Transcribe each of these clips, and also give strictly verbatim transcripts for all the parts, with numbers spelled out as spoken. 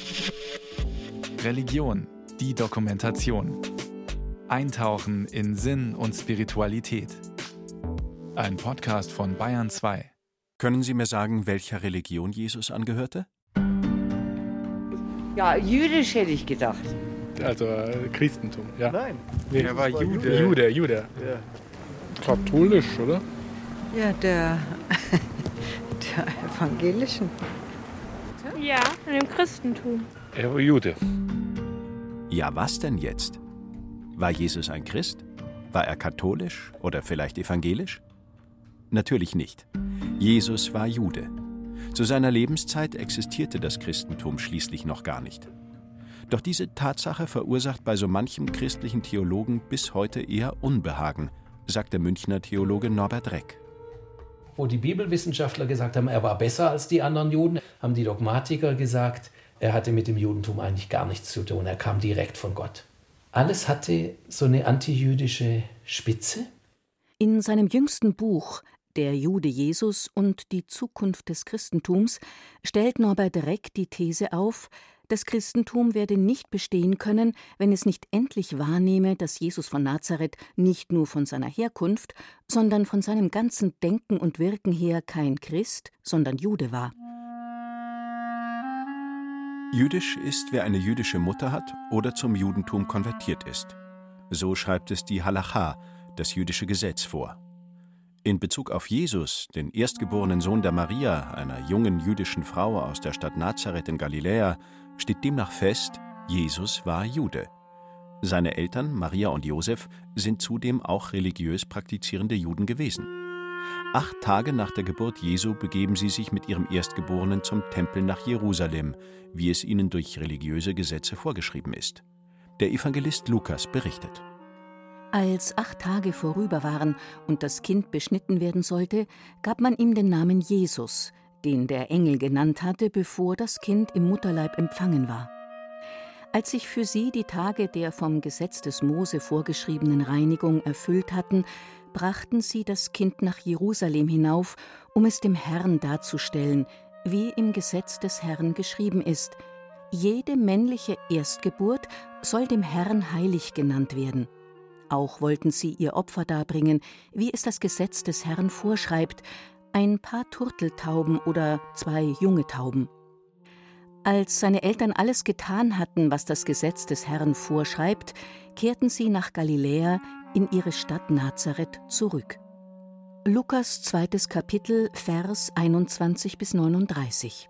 Religion, die Dokumentation. Eintauchen in Sinn und Spiritualität. Ein Podcast von Bayern zwei. Können Sie mir sagen, welcher Religion Jesus angehörte? Ja, jüdisch hätte ich gedacht. Also äh, Christentum, ja. Nein, Nee, er war Jude. Jude, Jude. Ja. Katholisch, oder? Ja, der, der evangelischen. Ja, in dem Christentum. Er war Jude. Ja, was denn jetzt? War Jesus ein Christ? War er katholisch oder vielleicht evangelisch? Natürlich nicht. Jesus war Jude. Zu seiner Lebenszeit existierte das Christentum schließlich noch gar nicht. Doch diese Tatsache verursacht bei so manchem christlichen Theologen bis heute eher Unbehagen, sagt der Münchner Theologe Norbert Reck. Wo die Bibelwissenschaftler gesagt haben, er war besser als die anderen Juden, haben die Dogmatiker gesagt, er hatte mit dem Judentum eigentlich gar nichts zu tun, er kam direkt von Gott. Alles hatte so eine antijüdische Spitze. In seinem jüngsten Buch »Der Jude Jesus und die Zukunft des Christentums« stellt Norbert Reck die These auf, das Christentum werde nicht bestehen können, wenn es nicht endlich wahrnehme, dass Jesus von Nazareth nicht nur von seiner Herkunft, sondern von seinem ganzen Denken und Wirken her kein Christ, sondern Jude war. Jüdisch ist, wer eine jüdische Mutter hat oder zum Judentum konvertiert ist. So schreibt es die Halacha, das jüdische Gesetz, vor. In Bezug auf Jesus, den erstgeborenen Sohn der Maria, einer jungen jüdischen Frau aus der Stadt Nazareth in Galiläa, steht demnach fest, Jesus war Jude. Seine Eltern, Maria und Josef, sind zudem auch religiös praktizierende Juden gewesen. Acht Tage nach der Geburt Jesu begeben sie sich mit ihrem Erstgeborenen zum Tempel nach Jerusalem, wie es ihnen durch religiöse Gesetze vorgeschrieben ist. Der Evangelist Lukas berichtet. Als acht Tage vorüber waren und das Kind beschnitten werden sollte, gab man ihm den Namen Jesus, den der Engel genannt hatte, bevor das Kind im Mutterleib empfangen war. Als sich für sie die Tage der vom Gesetz des Mose vorgeschriebenen Reinigung erfüllt hatten, brachten sie das Kind nach Jerusalem hinauf, um es dem Herrn darzustellen, wie im Gesetz des Herrn geschrieben ist: Jede männliche Erstgeburt soll dem Herrn heilig genannt werden. Auch wollten sie ihr Opfer darbringen, wie es das Gesetz des Herrn vorschreibt, ein paar Turteltauben oder zwei junge Tauben. Als seine Eltern alles getan hatten, was das Gesetz des Herrn vorschreibt, kehrten sie nach Galiläa in ihre Stadt Nazareth zurück. Lukas zweites Kapitel, Vers einundzwanzig bis neununddreißig.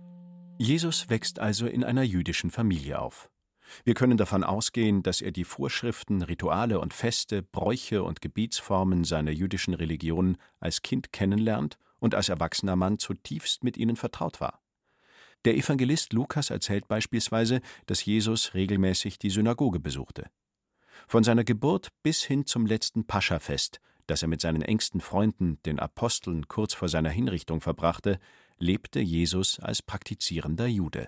Jesus wächst also in einer jüdischen Familie auf. Wir können davon ausgehen, dass er die Vorschriften, Rituale und Feste, Bräuche und Gebetsformen seiner jüdischen Religion als Kind kennenlernt und als erwachsener Mann zutiefst mit ihnen vertraut war. Der Evangelist Lukas erzählt beispielsweise, dass Jesus regelmäßig die Synagoge besuchte. Von seiner Geburt bis hin zum letzten Paschafest, das er mit seinen engsten Freunden, den Aposteln, kurz vor seiner Hinrichtung verbrachte, lebte Jesus als praktizierender Jude.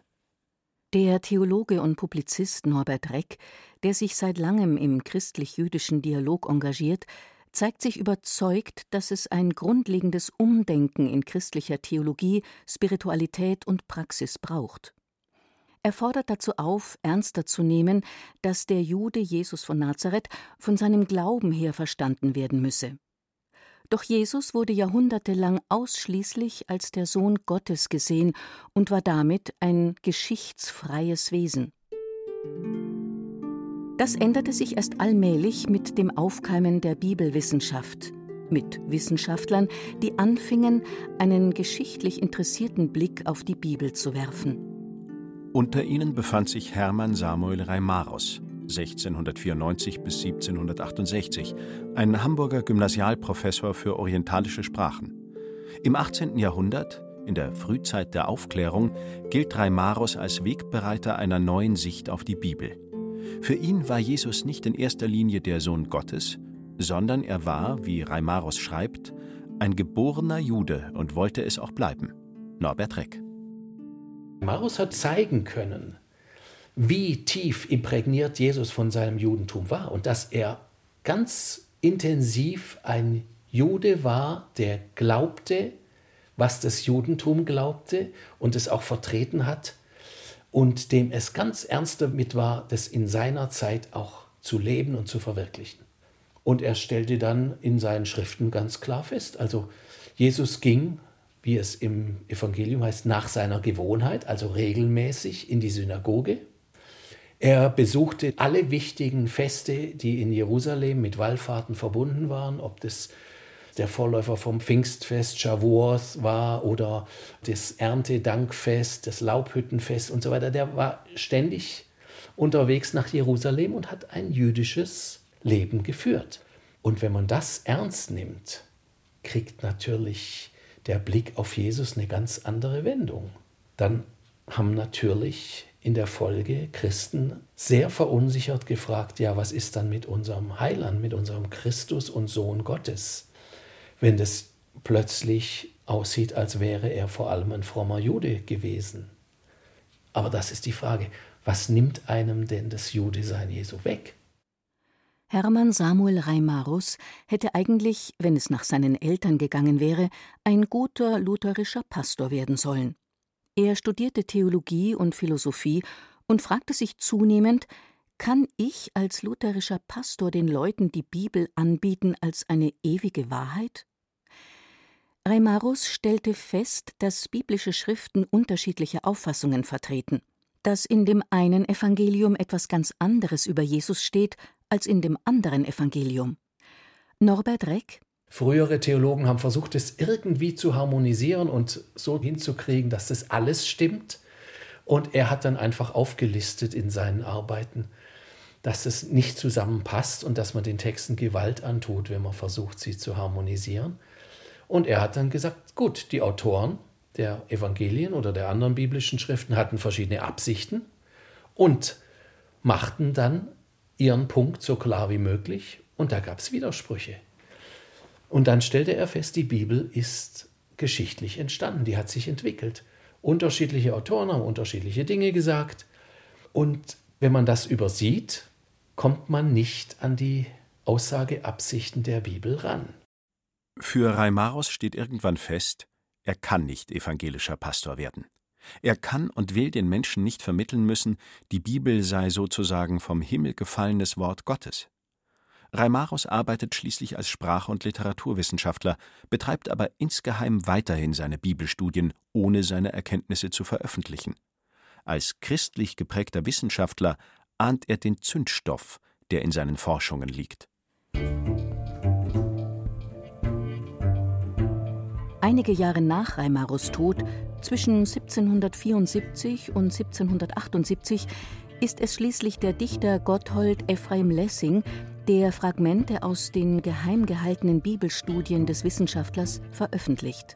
Der Theologe und Publizist Norbert Reck, der sich seit langem im christlich-jüdischen Dialog engagiert, zeigt sich überzeugt, dass es ein grundlegendes Umdenken in christlicher Theologie, Spiritualität und Praxis braucht. Er fordert dazu auf, ernster zu nehmen, dass der Jude Jesus von Nazareth von seinem Glauben her verstanden werden müsse. Doch Jesus wurde jahrhundertelang ausschließlich als der Sohn Gottes gesehen und war damit ein geschichtsfreies Wesen. Das änderte sich erst allmählich mit dem Aufkeimen der Bibelwissenschaft, mit Wissenschaftlern, die anfingen, einen geschichtlich interessierten Blick auf die Bibel zu werfen. Unter ihnen befand sich Hermann Samuel Reimarus, sechzehnhundertvierundneunzig bis siebzehnhundertachtundsechzig, ein Hamburger Gymnasialprofessor für orientalische Sprachen. Im achtzehnten Jahrhundert, in der Frühzeit der Aufklärung, gilt Reimarus als Wegbereiter einer neuen Sicht auf die Bibel. Für ihn war Jesus nicht in erster Linie der Sohn Gottes, sondern er war, wie Reimarus schreibt, ein geborener Jude und wollte es auch bleiben. Norbert Reck. Reimarus hat zeigen können, wie tief imprägniert Jesus von seinem Judentum war und dass er ganz intensiv ein Jude war, der glaubte, was das Judentum glaubte und es auch vertreten hat und dem es ganz ernst damit war, das in seiner Zeit auch zu leben und zu verwirklichen. Und er stellte dann in seinen Schriften ganz klar fest, also Jesus ging, wie es im Evangelium heißt, nach seiner Gewohnheit, also regelmäßig in die Synagoge. Er besuchte alle wichtigen Feste, die in Jerusalem mit Wallfahrten verbunden waren, ob das der Vorläufer vom Pfingstfest, Shavuos war, oder das Erntedankfest, das Laubhüttenfest und so weiter. Der war ständig unterwegs nach Jerusalem und hat ein jüdisches Leben geführt. Und wenn man das ernst nimmt, kriegt natürlich der Blick auf Jesus eine ganz andere Wendung. Dann haben natürlich in der Folge Christen sehr verunsichert gefragt, ja, was ist dann mit unserem Heiland, mit unserem Christus und Sohn Gottes, wenn das plötzlich aussieht, als wäre er vor allem ein frommer Jude gewesen. Aber das ist die Frage, was nimmt einem denn das Judesein Jesu weg? Hermann Samuel Reimarus hätte eigentlich, wenn es nach seinen Eltern gegangen wäre, ein guter lutherischer Pastor werden sollen. Er studierte Theologie und Philosophie und fragte sich zunehmend, kann ich als lutherischer Pastor den Leuten die Bibel anbieten als eine ewige Wahrheit? Reimarus stellte fest, dass biblische Schriften unterschiedliche Auffassungen vertreten, dass in dem einen Evangelium etwas ganz anderes über Jesus steht als in dem anderen Evangelium. Norbert Reck: Frühere Theologen haben versucht, es irgendwie zu harmonisieren und so hinzukriegen, dass das alles stimmt. Und er hat dann einfach aufgelistet in seinen Arbeiten, dass es nicht zusammenpasst und dass man den Texten Gewalt antut, wenn man versucht, sie zu harmonisieren. Und er hat dann gesagt, gut, die Autoren der Evangelien oder der anderen biblischen Schriften hatten verschiedene Absichten und machten dann ihren Punkt so klar wie möglich. Und da gab es Widersprüche. Und dann stellte er fest, die Bibel ist geschichtlich entstanden, die hat sich entwickelt. Unterschiedliche Autoren haben unterschiedliche Dinge gesagt. Und wenn man das übersieht, kommt man nicht an die Aussageabsichten der Bibel ran. Für Reimarus steht irgendwann fest, er kann nicht evangelischer Pastor werden. Er kann und will den Menschen nicht vermitteln müssen, die Bibel sei sozusagen vom Himmel gefallenes Wort Gottes. Reimarus arbeitet schließlich als Sprach- und Literaturwissenschaftler, betreibt aber insgeheim weiterhin seine Bibelstudien, ohne seine Erkenntnisse zu veröffentlichen. Als christlich geprägter Wissenschaftler ahnt er den Zündstoff, der in seinen Forschungen liegt. Einige Jahre nach Reimarus' Tod, zwischen siebzehnhundertvierundsiebzig und siebzehnhundertachtundsiebzig, ist es schließlich der Dichter Gotthold Ephraim Lessing, der Fragmente aus den geheim gehaltenen Bibelstudien des Wissenschaftlers veröffentlicht.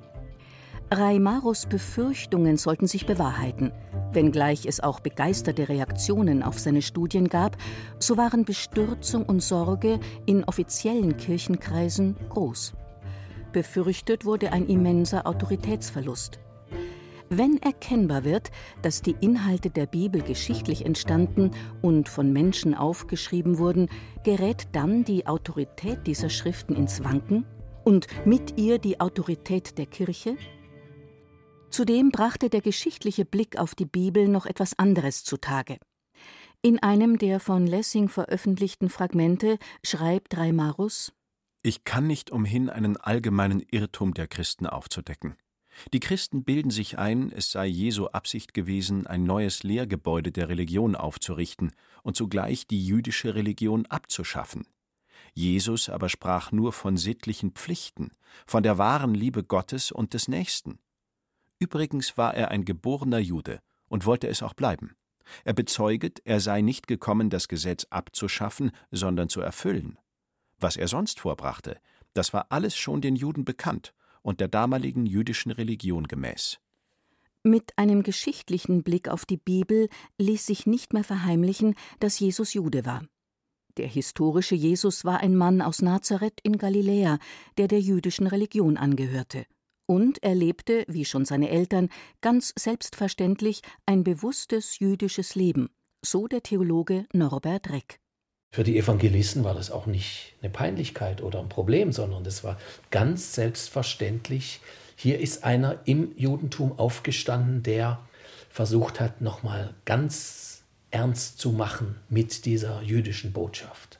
Reimarus' Befürchtungen sollten sich bewahrheiten. Wenngleich es auch begeisterte Reaktionen auf seine Studien gab, so waren Bestürzung und Sorge in offiziellen Kirchenkreisen groß. Befürchtet wurde ein immenser Autoritätsverlust. Wenn erkennbar wird, dass die Inhalte der Bibel geschichtlich entstanden und von Menschen aufgeschrieben wurden, gerät dann die Autorität dieser Schriften ins Wanken und mit ihr die Autorität der Kirche? Zudem brachte der geschichtliche Blick auf die Bibel noch etwas anderes zutage. In einem der von Lessing veröffentlichten Fragmente schreibt Reimarus: Ich kann nicht umhin, einen allgemeinen Irrtum der Christen aufzudecken. Die Christen bilden sich ein, es sei Jesu Absicht gewesen, ein neues Lehrgebäude der Religion aufzurichten und zugleich die jüdische Religion abzuschaffen. Jesus aber sprach nur von sittlichen Pflichten, von der wahren Liebe Gottes und des Nächsten. Übrigens war er ein geborener Jude und wollte es auch bleiben. Er bezeuget, er sei nicht gekommen, das Gesetz abzuschaffen, sondern zu erfüllen. Was er sonst vorbrachte, das war alles schon den Juden bekannt und der damaligen jüdischen Religion gemäß. Mit einem geschichtlichen Blick auf die Bibel ließ sich nicht mehr verheimlichen, dass Jesus Jude war. Der historische Jesus war ein Mann aus Nazareth in Galiläa, der der jüdischen Religion angehörte. Und er lebte, wie schon seine Eltern, ganz selbstverständlich ein bewusstes jüdisches Leben, so der Theologe Norbert Reck. Für die Evangelisten war das auch nicht eine Peinlichkeit oder ein Problem, sondern das war ganz selbstverständlich. Hier ist einer im Judentum aufgestanden, der versucht hat, nochmal ganz ernst zu machen mit dieser jüdischen Botschaft.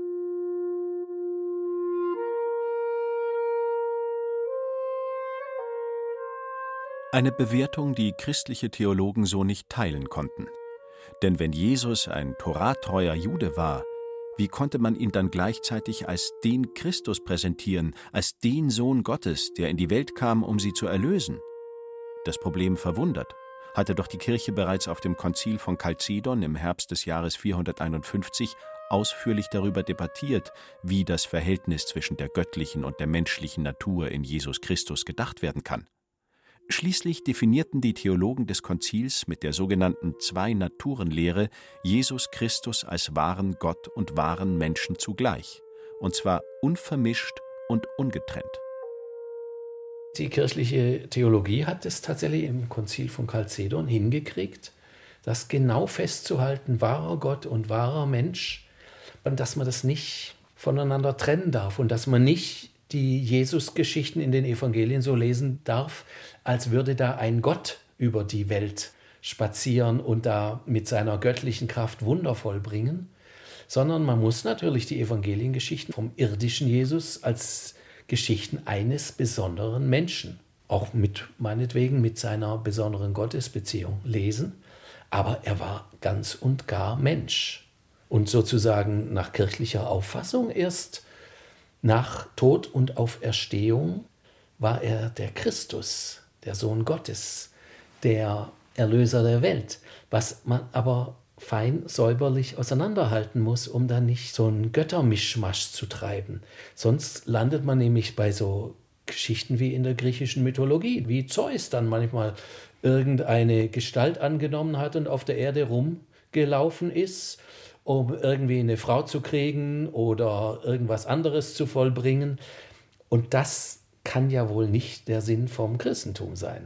Eine Bewertung, die christliche Theologen so nicht teilen konnten. Denn wenn Jesus ein toratreuer Jude war, wie konnte man ihn dann gleichzeitig als den Christus präsentieren, als den Sohn Gottes, der in die Welt kam, um sie zu erlösen? Das Problem verwundert, hatte doch die Kirche bereits auf dem Konzil von Chalcedon im Herbst des Jahres vierhunderteinundfünfzig ausführlich darüber debattiert, wie das Verhältnis zwischen der göttlichen und der menschlichen Natur in Jesus Christus gedacht werden kann. Schließlich definierten die Theologen des Konzils mit der sogenannten Zwei-Naturen-Lehre Jesus Christus als wahren Gott und wahren Menschen zugleich, und zwar unvermischt und ungetrennt. Die kirchliche Theologie hat es tatsächlich im Konzil von Chalcedon hingekriegt, das genau festzuhalten, wahrer Gott und wahrer Mensch, und dass man das nicht voneinander trennen darf und dass man nicht die Jesus-Geschichten in den Evangelien so lesen darf, als würde da ein Gott über die Welt spazieren und da mit seiner göttlichen Kraft Wunder vollbringen, sondern man muss natürlich die Evangeliengeschichten vom irdischen Jesus als Geschichten eines besonderen Menschen, auch mit meinetwegen mit seiner besonderen Gottesbeziehung lesen, aber er war ganz und gar Mensch und sozusagen nach kirchlicher Auffassung erst nach Tod und Auferstehung war er der Christus, der Sohn Gottes, der Erlöser der Welt, was man aber fein säuberlich auseinanderhalten muss, um da nicht so einen Göttermischmasch zu treiben. Sonst landet man nämlich bei so Geschichten wie in der griechischen Mythologie, wie Zeus dann manchmal irgendeine Gestalt angenommen hat und auf der Erde rumgelaufen ist, um irgendwie eine Frau zu kriegen oder irgendwas anderes zu vollbringen. Und das kann ja wohl nicht der Sinn vom Christentum sein.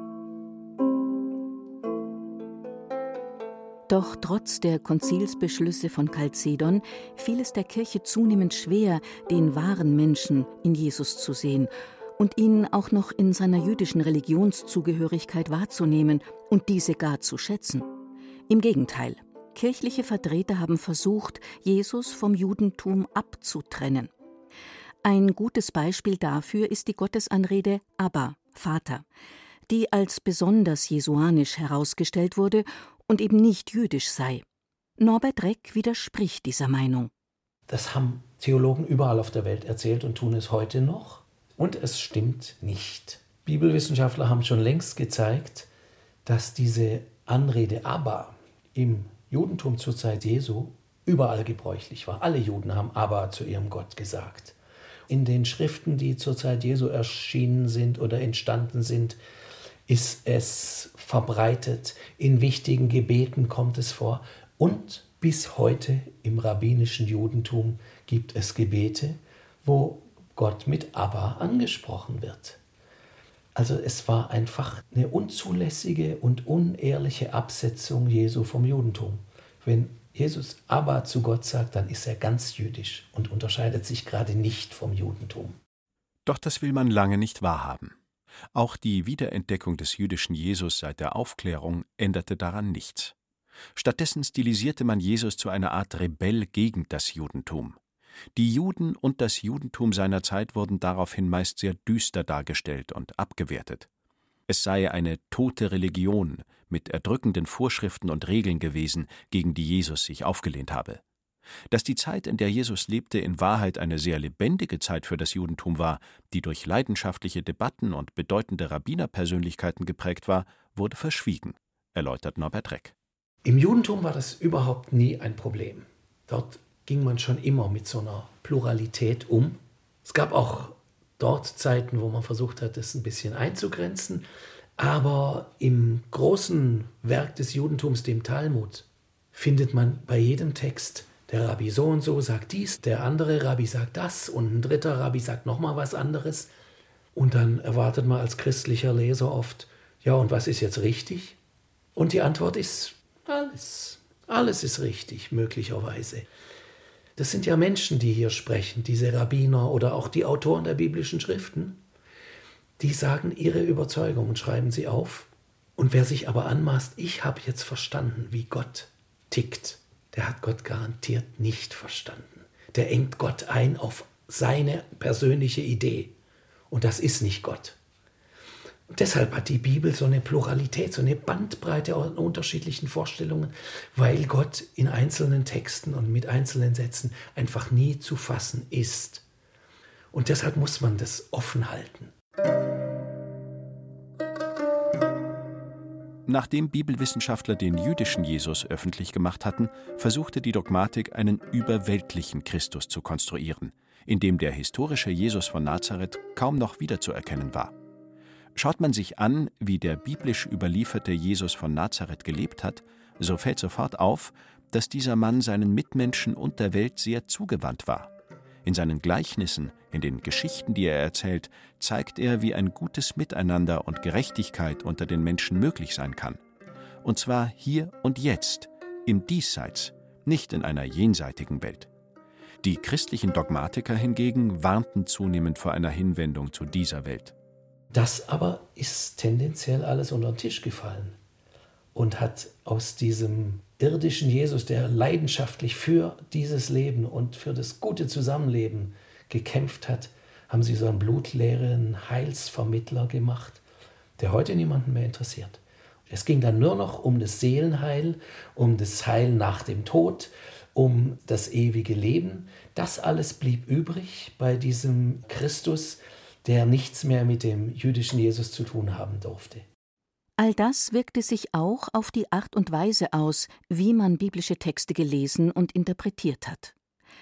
Doch trotz der Konzilsbeschlüsse von Chalcedon fiel es der Kirche zunehmend schwer, den wahren Menschen in Jesus zu sehen und ihn auch noch in seiner jüdischen Religionszugehörigkeit wahrzunehmen und diese gar zu schätzen. Im Gegenteil. Kirchliche Vertreter haben versucht, Jesus vom Judentum abzutrennen. Ein gutes Beispiel dafür ist die Gottesanrede Abba, Vater, die als besonders jesuanisch herausgestellt wurde und eben nicht jüdisch sei. Norbert Reck widerspricht dieser Meinung. Das haben Theologen überall auf der Welt erzählt und tun es heute noch. Und es stimmt nicht. Bibelwissenschaftler haben schon längst gezeigt, dass diese Anrede Abba im Judentum zur Zeit Jesu überall gebräuchlich war. Alle Juden haben Abba zu ihrem Gott gesagt. In den Schriften, die zur Zeit Jesu erschienen sind oder entstanden sind, ist es verbreitet. In wichtigen Gebeten kommt es vor. Und bis heute im rabbinischen Judentum gibt es Gebete, wo Gott mit Abba angesprochen wird. Also es war einfach eine unzulässige und unehrliche Absetzung Jesu vom Judentum. Wenn Jesus Abba zu Gott sagt, dann ist er ganz jüdisch und unterscheidet sich gerade nicht vom Judentum. Doch das will man lange nicht wahrhaben. Auch die Wiederentdeckung des jüdischen Jesus seit der Aufklärung änderte daran nichts. Stattdessen stilisierte man Jesus zu einer Art Rebell gegen das Judentum. Die Juden und das Judentum seiner Zeit wurden daraufhin meist sehr düster dargestellt und abgewertet. Es sei eine tote Religion mit erdrückenden Vorschriften und Regeln gewesen, gegen die Jesus sich aufgelehnt habe. Dass die Zeit, in der Jesus lebte, in Wahrheit eine sehr lebendige Zeit für das Judentum war, die durch leidenschaftliche Debatten und bedeutende Rabbinerpersönlichkeiten geprägt war, wurde verschwiegen, erläutert Norbert Reck. Im Judentum war das überhaupt nie ein Problem. Dort ging man schon immer mit so einer Pluralität um. Es gab auch dort Zeiten, wo man versucht hat, das ein bisschen einzugrenzen. Aber im großen Werk des Judentums, dem Talmud, findet man bei jedem Text, der Rabbi so und so sagt dies, der andere Rabbi sagt das und ein dritter Rabbi sagt nochmal was anderes. Und dann erwartet man als christlicher Leser oft, ja, und was ist jetzt richtig? Und die Antwort ist alles. Alles ist richtig, möglicherweise. Das sind ja Menschen, die hier sprechen, diese Rabbiner oder auch die Autoren der biblischen Schriften. Die sagen ihre Überzeugung und schreiben sie auf. Und wer sich aber anmaßt, ich habe jetzt verstanden, wie Gott tickt, der hat Gott garantiert nicht verstanden. Der engt Gott ein auf seine persönliche Idee. Und das ist nicht Gott. Und deshalb hat die Bibel so eine Pluralität, so eine Bandbreite an unterschiedlichen Vorstellungen, weil Gott in einzelnen Texten und mit einzelnen Sätzen einfach nie zu fassen ist. Und deshalb muss man das offen halten. Nachdem Bibelwissenschaftler den jüdischen Jesus öffentlich gemacht hatten, versuchte die Dogmatik, einen überweltlichen Christus zu konstruieren, in dem der historische Jesus von Nazareth kaum noch wiederzuerkennen war. Schaut man sich an, wie der biblisch überlieferte Jesus von Nazareth gelebt hat, so fällt sofort auf, dass dieser Mann seinen Mitmenschen und der Welt sehr zugewandt war. In seinen Gleichnissen, in den Geschichten, die er erzählt, zeigt er, wie ein gutes Miteinander und Gerechtigkeit unter den Menschen möglich sein kann. Und zwar hier und jetzt, im Diesseits, nicht in einer jenseitigen Welt. Die christlichen Dogmatiker hingegen warnten zunehmend vor einer Hinwendung zu dieser Welt. Das aber ist tendenziell alles unter den Tisch gefallen und hat aus diesem irdischen Jesus, der leidenschaftlich für dieses Leben und für das gute Zusammenleben gekämpft hat, haben sie so einen blutleeren Heilsvermittler gemacht, der heute niemanden mehr interessiert. Es ging dann nur noch um das Seelenheil, um das Heil nach dem Tod, um das ewige Leben. Das alles blieb übrig bei diesem Christus, der nichts mehr mit dem jüdischen Jesus zu tun haben durfte. All das wirkte sich auch auf die Art und Weise aus, wie man biblische Texte gelesen und interpretiert hat.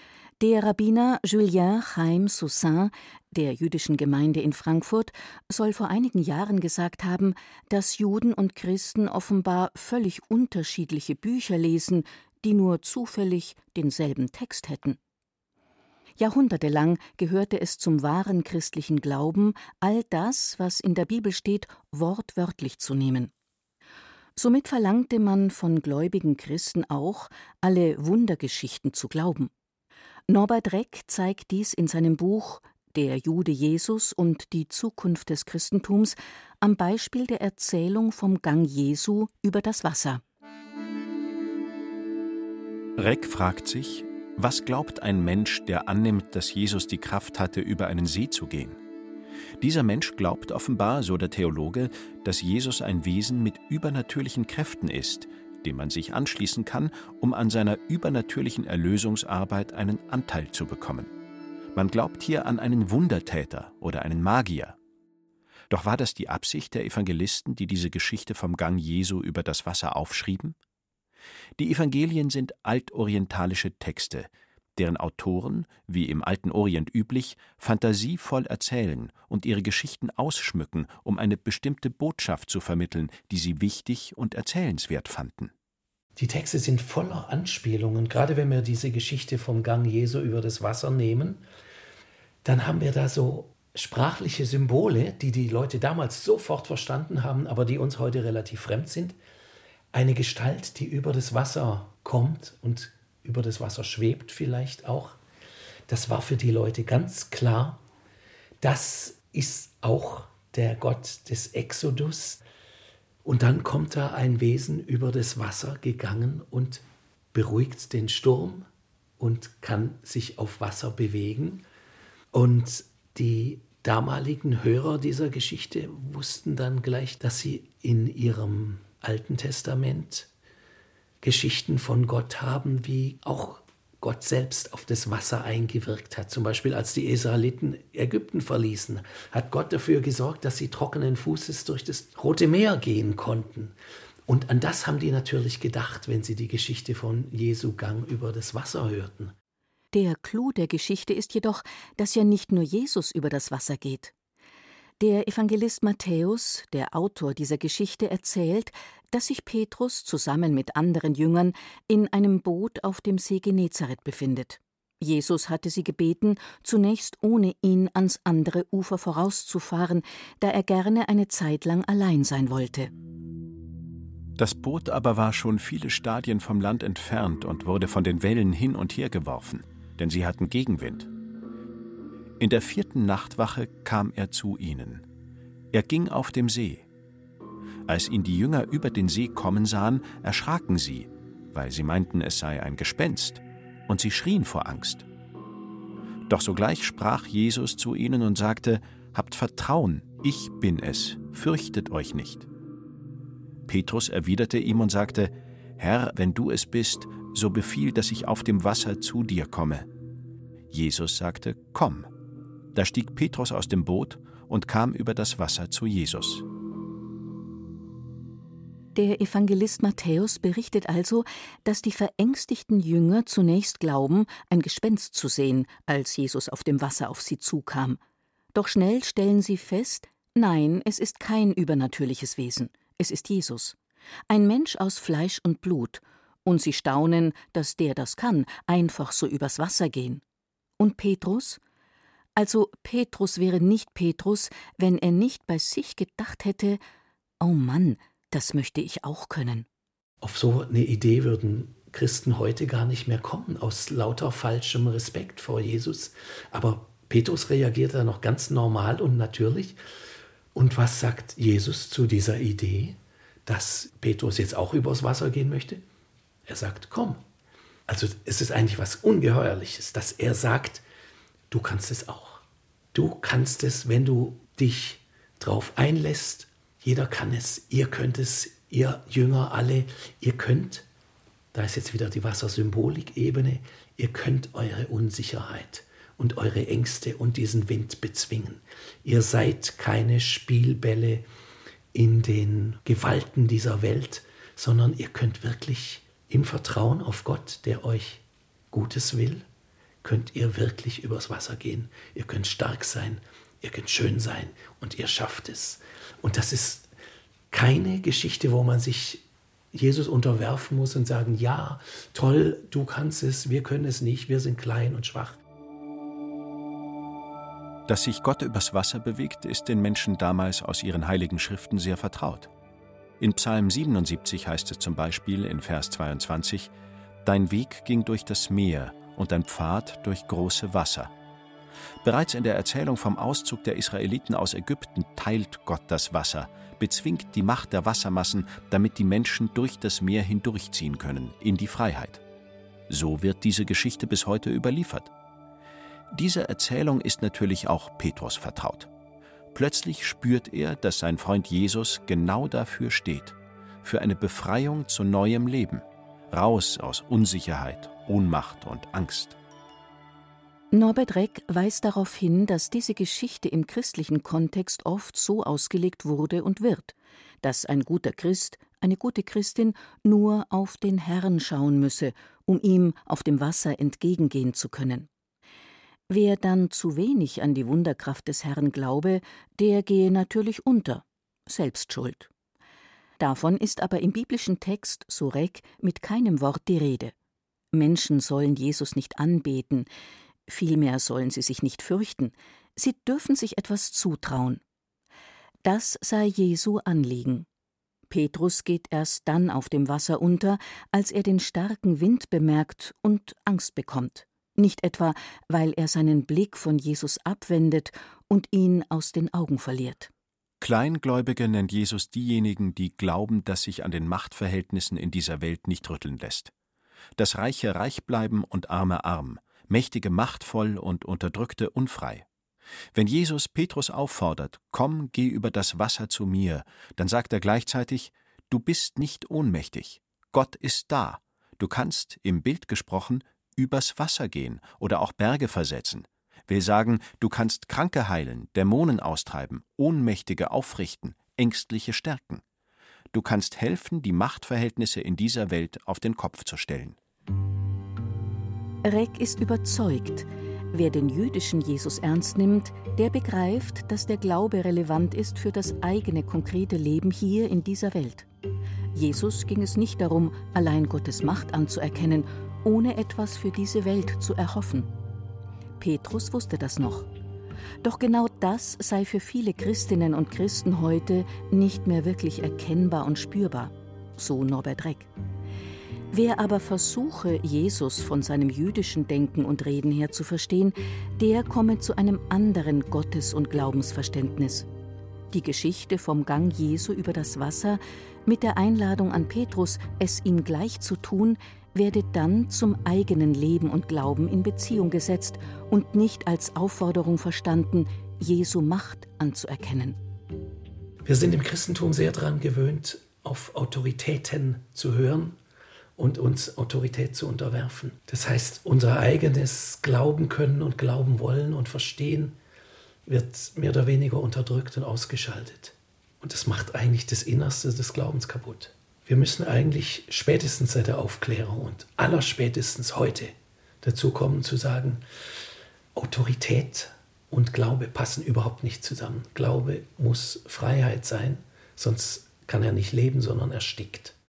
Der Rabbiner Julien Chaim Soussin der jüdischen Gemeinde in Frankfurt soll vor einigen Jahren gesagt haben, dass Juden und Christen offenbar völlig unterschiedliche Bücher lesen, die nur zufällig denselben Text hätten. Jahrhundertelang gehörte es zum wahren christlichen Glauben, all das, was in der Bibel steht, wortwörtlich zu nehmen. Somit verlangte man von gläubigen Christen auch, alle Wundergeschichten zu glauben. Norbert Reck zeigt dies in seinem Buch »Der Jude Jesus und die Zukunft des Christentums« am Beispiel der Erzählung vom Gang Jesu über das Wasser. Reck fragt sich, was glaubt ein Mensch, der annimmt, dass Jesus die Kraft hatte, über einen See zu gehen? Dieser Mensch glaubt offenbar, so der Theologe, dass Jesus ein Wesen mit übernatürlichen Kräften ist, dem man sich anschließen kann, um an seiner übernatürlichen Erlösungsarbeit einen Anteil zu bekommen. Man glaubt hier an einen Wundertäter oder einen Magier. Doch war das die Absicht der Evangelisten, die diese Geschichte vom Gang Jesu über das Wasser aufschrieben? Die Evangelien sind altorientalische Texte, deren Autoren, wie im alten Orient üblich, fantasievoll erzählen und ihre Geschichten ausschmücken, um eine bestimmte Botschaft zu vermitteln, die sie wichtig und erzählenswert fanden. Die Texte sind voller Anspielungen. Gerade wenn wir diese Geschichte vom Gang Jesu über das Wasser nehmen, dann haben wir da so sprachliche Symbole, die die Leute damals sofort verstanden haben, aber die uns heute relativ fremd sind. Eine Gestalt, die über das Wasser kommt und über das Wasser schwebt vielleicht auch. Das war für die Leute ganz klar. Das ist auch der Gott des Exodus. Und dann kommt da ein Wesen über das Wasser gegangen und beruhigt den Sturm und kann sich auf Wasser bewegen. Und die damaligen Hörer dieser Geschichte wussten dann gleich, dass sie in ihrem Alten Testament Geschichten von Gott haben, wie auch Gott selbst auf das Wasser eingewirkt hat. Zum Beispiel, als die Israeliten Ägypten verließen, hat Gott dafür gesorgt, dass sie trockenen Fußes durch das Rote Meer gehen konnten. Und an das haben die natürlich gedacht, wenn sie die Geschichte von Jesu Gang über das Wasser hörten. Der Clou der Geschichte ist jedoch, dass ja nicht nur Jesus über das Wasser geht. Der Evangelist Matthäus, der Autor dieser Geschichte, erzählt, dass sich Petrus zusammen mit anderen Jüngern in einem Boot auf dem See Genezareth befindet. Jesus hatte sie gebeten, zunächst ohne ihn ans andere Ufer vorauszufahren, da er gerne eine Zeit lang allein sein wollte. Das Boot aber war schon viele Stadien vom Land entfernt und wurde von den Wellen hin und her geworfen, denn sie hatten Gegenwind. In der vierten Nachtwache kam er zu ihnen. Er ging auf dem See. Als ihn die Jünger über den See kommen sahen, erschraken sie, weil sie meinten, es sei ein Gespenst, und sie schrien vor Angst. Doch sogleich sprach Jesus zu ihnen und sagte: Habt Vertrauen, ich bin es, fürchtet euch nicht. Petrus erwiderte ihm und sagte: Herr, wenn du es bist, so befiehl, dass ich auf dem Wasser zu dir komme. Jesus sagte: Komm. Da stieg Petrus aus dem Boot und kam über das Wasser zu Jesus. Der Evangelist Matthäus berichtet also, dass die verängstigten Jünger zunächst glauben, ein Gespenst zu sehen, als Jesus auf dem Wasser auf sie zukam. Doch schnell stellen sie fest, nein, es ist kein übernatürliches Wesen, es ist Jesus. Ein Mensch aus Fleisch und Blut. Und sie staunen, dass der das kann, einfach so übers Wasser gehen. Und Petrus? Also Petrus wäre nicht Petrus, wenn er nicht bei sich gedacht hätte: Oh Mann, das möchte ich auch können. Auf so eine Idee würden Christen heute gar nicht mehr kommen, aus lauter falschem Respekt vor Jesus. Aber Petrus reagiert da noch ganz normal und natürlich. Und was sagt Jesus zu dieser Idee, dass Petrus jetzt auch übers Wasser gehen möchte? Er sagt: Komm. Also es ist eigentlich was Ungeheuerliches, dass er sagt, du kannst es auch. Du kannst es, wenn du dich drauf einlässt. Jeder kann es, ihr könnt es, ihr Jünger alle, ihr könnt, da ist jetzt wieder die Wassersymbolik-Ebene, ihr könnt eure Unsicherheit und eure Ängste und diesen Wind bezwingen. Ihr seid keine Spielbälle in den Gewalten dieser Welt, sondern ihr könnt wirklich im Vertrauen auf Gott, der euch Gutes will, könnt ihr wirklich übers Wasser gehen. Ihr könnt stark sein, ihr könnt schön sein und ihr schafft es. Und das ist keine Geschichte, wo man sich Jesus unterwerfen muss und sagen: Ja, toll, du kannst es, wir können es nicht, wir sind klein und schwach. Dass sich Gott übers Wasser bewegt, ist den Menschen damals aus ihren heiligen Schriften sehr vertraut. In Psalm siebenundsiebzig heißt es zum Beispiel in Vers zweiundzwanzig: Dein Weg ging durch das Meer und dein Pfad durch große Wasser. Bereits in der Erzählung vom Auszug der Israeliten aus Ägypten teilt Gott das Wasser, bezwingt die Macht der Wassermassen, damit die Menschen durch das Meer hindurchziehen können, in die Freiheit. So wird diese Geschichte bis heute überliefert. Diese Erzählung ist natürlich auch Petrus vertraut. Plötzlich spürt er, dass sein Freund Jesus genau dafür steht, für eine Befreiung zu neuem Leben, raus aus Unsicherheit, Ohnmacht und Angst. Norbert Reck weist darauf hin, dass diese Geschichte im christlichen Kontext oft so ausgelegt wurde und wird, dass ein guter Christ, eine gute Christin nur auf den Herrn schauen müsse, um ihm auf dem Wasser entgegengehen zu können. Wer dann zu wenig an die Wunderkraft des Herrn glaube, der gehe natürlich unter, selbst schuld. Davon ist aber im biblischen Text, so Reck, mit keinem Wort die Rede. Menschen sollen Jesus nicht anbeten, vielmehr sollen sie sich nicht fürchten, sie dürfen sich etwas zutrauen. Das sei Jesu Anliegen. Petrus geht erst dann auf dem Wasser unter, als er den starken Wind bemerkt und Angst bekommt. Nicht etwa, weil er seinen Blick von Jesus abwendet und ihn aus den Augen verliert. Kleingläubige nennt Jesus diejenigen, die glauben, dass sich an den Machtverhältnissen in dieser Welt nicht rütteln lässt. Dass Reiche reich bleiben und Arme arm, Mächtige machtvoll und Unterdrückte unfrei. Wenn Jesus Petrus auffordert: Komm, geh über das Wasser zu mir, dann sagt er gleichzeitig: Du bist nicht ohnmächtig. Gott ist da. Du kannst, im Bild gesprochen, übers Wasser gehen oder auch Berge versetzen. Will sagen, du kannst Kranke heilen, Dämonen austreiben, Ohnmächtige aufrichten, Ängstliche stärken. Du kannst helfen, die Machtverhältnisse in dieser Welt auf den Kopf zu stellen. Reck ist überzeugt, wer den jüdischen Jesus ernst nimmt, der begreift, dass der Glaube relevant ist für das eigene konkrete Leben hier in dieser Welt. Jesus ging es nicht darum, allein Gottes Macht anzuerkennen, ohne etwas für diese Welt zu erhoffen. Petrus wusste das noch. Doch genau das sei für viele Christinnen und Christen heute nicht mehr wirklich erkennbar und spürbar, so Norbert Reck. Wer aber versuche, Jesus von seinem jüdischen Denken und Reden her zu verstehen, der komme zu einem anderen Gottes- und Glaubensverständnis. Die Geschichte vom Gang Jesu über das Wasser mit der Einladung an Petrus, es ihm gleich zu tun, werde dann zum eigenen Leben und Glauben in Beziehung gesetzt und nicht als Aufforderung verstanden, Jesu Macht anzuerkennen. Wir sind im Christentum sehr daran gewöhnt, auf Autoritäten zu hören und uns Autorität zu unterwerfen. Das heißt, unser eigenes Glauben können und glauben wollen und verstehen wird mehr oder weniger unterdrückt und ausgeschaltet. Und das macht eigentlich das Innerste des Glaubens kaputt. Wir müssen eigentlich spätestens seit der Aufklärung und allerspätestens heute dazu kommen zu sagen, Autorität und Glaube passen überhaupt nicht zusammen. Glaube muss Freiheit sein, sonst kann er nicht leben, sondern erstickt.